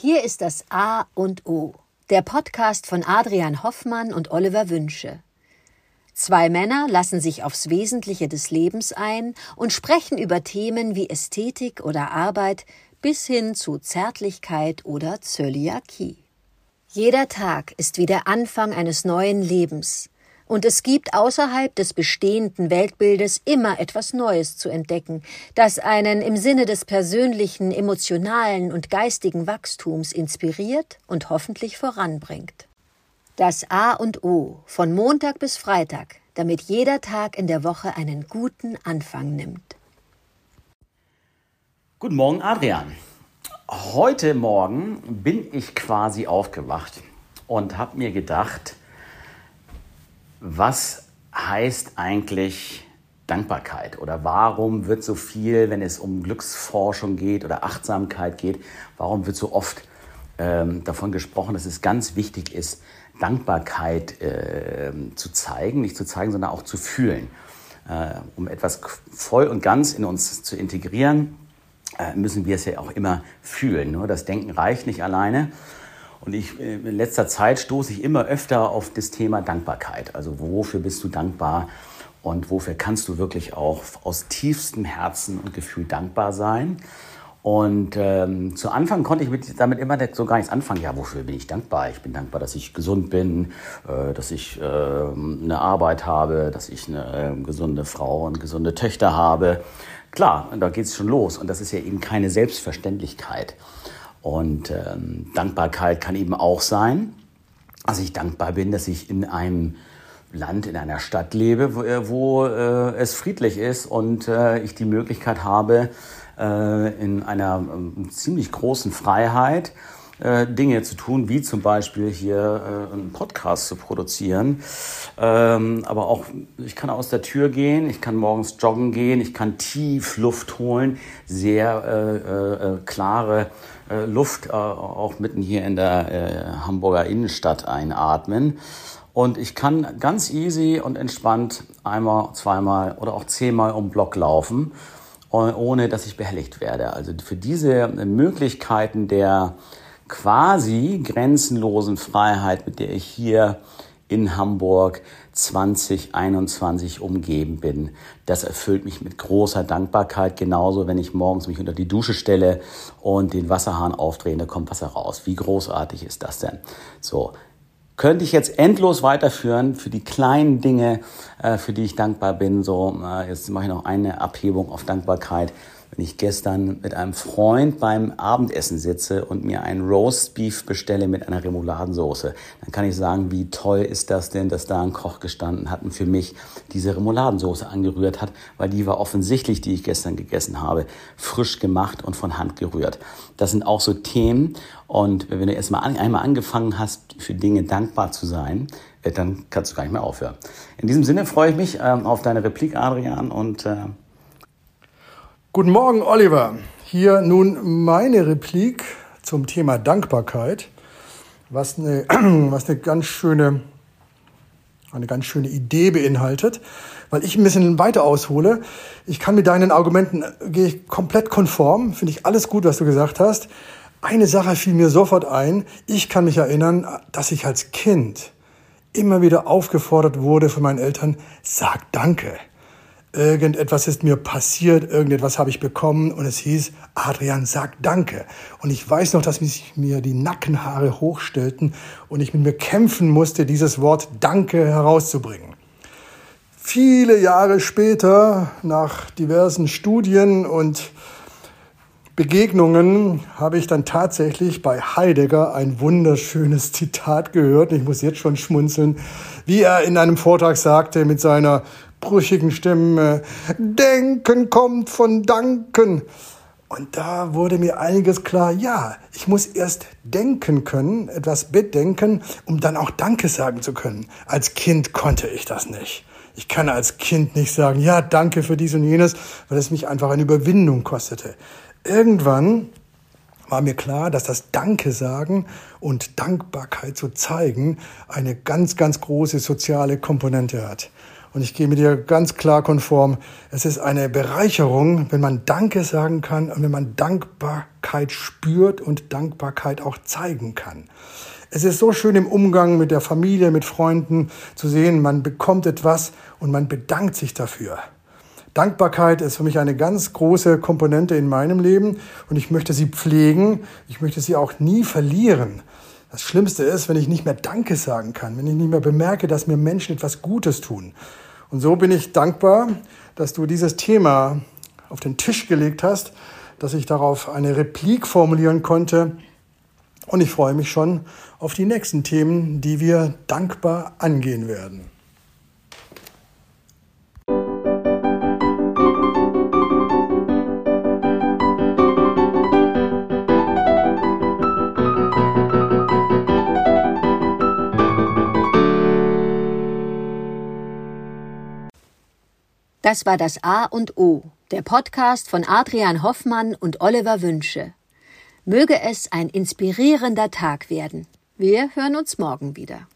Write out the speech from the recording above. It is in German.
Hier ist das A und O, der Podcast von Adrian Hoffmann und Oliver Wünsche. Zwei Männer lassen sich aufs Wesentliche des Lebens ein und sprechen über Themen wie Ästhetik oder Arbeit bis hin zu Zärtlichkeit oder Zöliakie. Jeder Tag ist wie der Anfang eines neuen Lebens. Und es gibt außerhalb des bestehenden Weltbildes immer etwas Neues zu entdecken, das einen im Sinne des persönlichen, emotionalen und geistigen Wachstums inspiriert und hoffentlich voranbringt. Das A und O von Montag bis Freitag, damit jeder Tag in der Woche einen guten Anfang nimmt. Guten Morgen, Adrian. Heute Morgen bin ich quasi aufgewacht und habe mir gedacht, was heißt eigentlich Dankbarkeit oder warum wird so viel, wenn es um Glücksforschung geht oder Achtsamkeit geht, warum wird so oft davon gesprochen, dass es ganz wichtig ist, Dankbarkeit zu zeigen, nicht zu zeigen, sondern auch zu fühlen. Um etwas voll und ganz in uns zu integrieren, müssen wir es ja auch immer fühlen. Nur das Denken reicht nicht alleine. Und in letzter Zeit stoße ich immer öfter auf das Thema Dankbarkeit. Also wofür bist du dankbar und wofür kannst du wirklich auch aus tiefstem Herzen und Gefühl dankbar sein? Und zu Anfang konnte ich damit immer so gar nichts anfangen. Ja, wofür bin ich dankbar? Ich bin dankbar, dass ich gesund bin, dass ich eine Arbeit habe, dass ich eine gesunde Frau und gesunde Töchter habe. Klar, da geht es schon los. Und das ist ja eben keine Selbstverständlichkeit. Und Dankbarkeit kann eben auch sein, dass ich dankbar bin, dass ich in einem Land, in einer Stadt lebe, wo es friedlich ist und ich die Möglichkeit habe, in einer ziemlich großen Freiheit Dinge zu tun, wie zum Beispiel hier einen Podcast zu produzieren. Aber auch, ich kann aus der Tür gehen, ich kann morgens joggen gehen, ich kann tief Luft holen, sehr klare Luft auch mitten hier in der Hamburger Innenstadt einatmen. Und ich kann ganz easy und entspannt einmal, zweimal oder auch 10-mal um den Block laufen, ohne dass ich behelligt werde. Also für diese Möglichkeiten der quasi grenzenlosen Freiheit, mit der ich hier in Hamburg 2021 umgeben bin. Das erfüllt mich mit großer Dankbarkeit. Genauso, wenn ich morgens mich unter die Dusche stelle und den Wasserhahn aufdrehe, da kommt Wasser raus. Wie großartig ist das denn? So. Könnte ich jetzt endlos weiterführen für die kleinen Dinge, für die ich dankbar bin. So, jetzt mache ich noch eine Abhebung auf Dankbarkeit. Wenn ich gestern mit einem Freund beim Abendessen sitze und mir ein Roast Beef bestelle mit einer Remouladensoße, dann kann ich sagen, wie toll ist das denn, dass da ein Koch gestanden hat und für mich diese Remouladensoße angerührt hat, weil die war offensichtlich, die ich gestern gegessen habe, frisch gemacht und von Hand gerührt. Das sind auch so Themen, und wenn du erstmal einmal angefangen hast, für Dinge dankbar zu sein, dann kannst du gar nicht mehr aufhören. In diesem Sinne freue ich mich auf deine Replik, Adrian, und Guten Morgen, Oliver. Hier nun meine Replik zum Thema Dankbarkeit, was eine ganz schöne Idee beinhaltet, weil ich ein bisschen weiter aushole. Ich kann mit deinen Argumenten, gehe ich komplett konform, finde ich alles gut, was du gesagt hast. Eine Sache fiel mir sofort ein. Ich kann mich erinnern, dass ich als Kind immer wieder aufgefordert wurde von meinen Eltern, sag Danke. Irgendetwas ist mir passiert, irgendetwas habe ich bekommen und es hieß, Adrian, sag Danke. Und ich weiß noch, dass mir die Nackenhaare hochstellten und ich mit mir kämpfen musste, dieses Wort Danke herauszubringen. Viele Jahre später, nach diversen Studien und Begegnungen, habe ich dann tatsächlich bei Heidegger ein wunderschönes Zitat gehört. Ich muss jetzt schon schmunzeln, wie er in einem Vortrag sagte mit seiner brüchigen Stimme, Denken kommt von Danken. Und da wurde mir einiges klar, ja, ich muss erst denken können, etwas bedenken, um dann auch Danke sagen zu können. Als Kind konnte ich das nicht. Ich kann als Kind nicht sagen, ja, danke für dies und jenes, weil es mich einfach eine Überwindung kostete. Irgendwann war mir klar, dass das Danke sagen und Dankbarkeit zu zeigen eine ganz, ganz große soziale Komponente hat. Und ich gehe mit dir ganz klar konform. Es ist eine Bereicherung, wenn man Danke sagen kann und wenn man Dankbarkeit spürt und Dankbarkeit auch zeigen kann. Es ist so schön im Umgang mit der Familie, mit Freunden zu sehen, man bekommt etwas und man bedankt sich dafür. Dankbarkeit ist für mich eine ganz große Komponente in meinem Leben und ich möchte sie pflegen, ich möchte sie auch nie verlieren. Das Schlimmste ist, wenn ich nicht mehr Danke sagen kann, wenn ich nicht mehr bemerke, dass mir Menschen etwas Gutes tun. Und so bin ich dankbar, dass du dieses Thema auf den Tisch gelegt hast, dass ich darauf eine Replik formulieren konnte. Und ich freue mich schon auf die nächsten Themen, die wir dankbar angehen werden. Das war das A und O, der Podcast von Adrian Hoffmann und Oliver Wünsche. Möge es ein inspirierender Tag werden. Wir hören uns morgen wieder.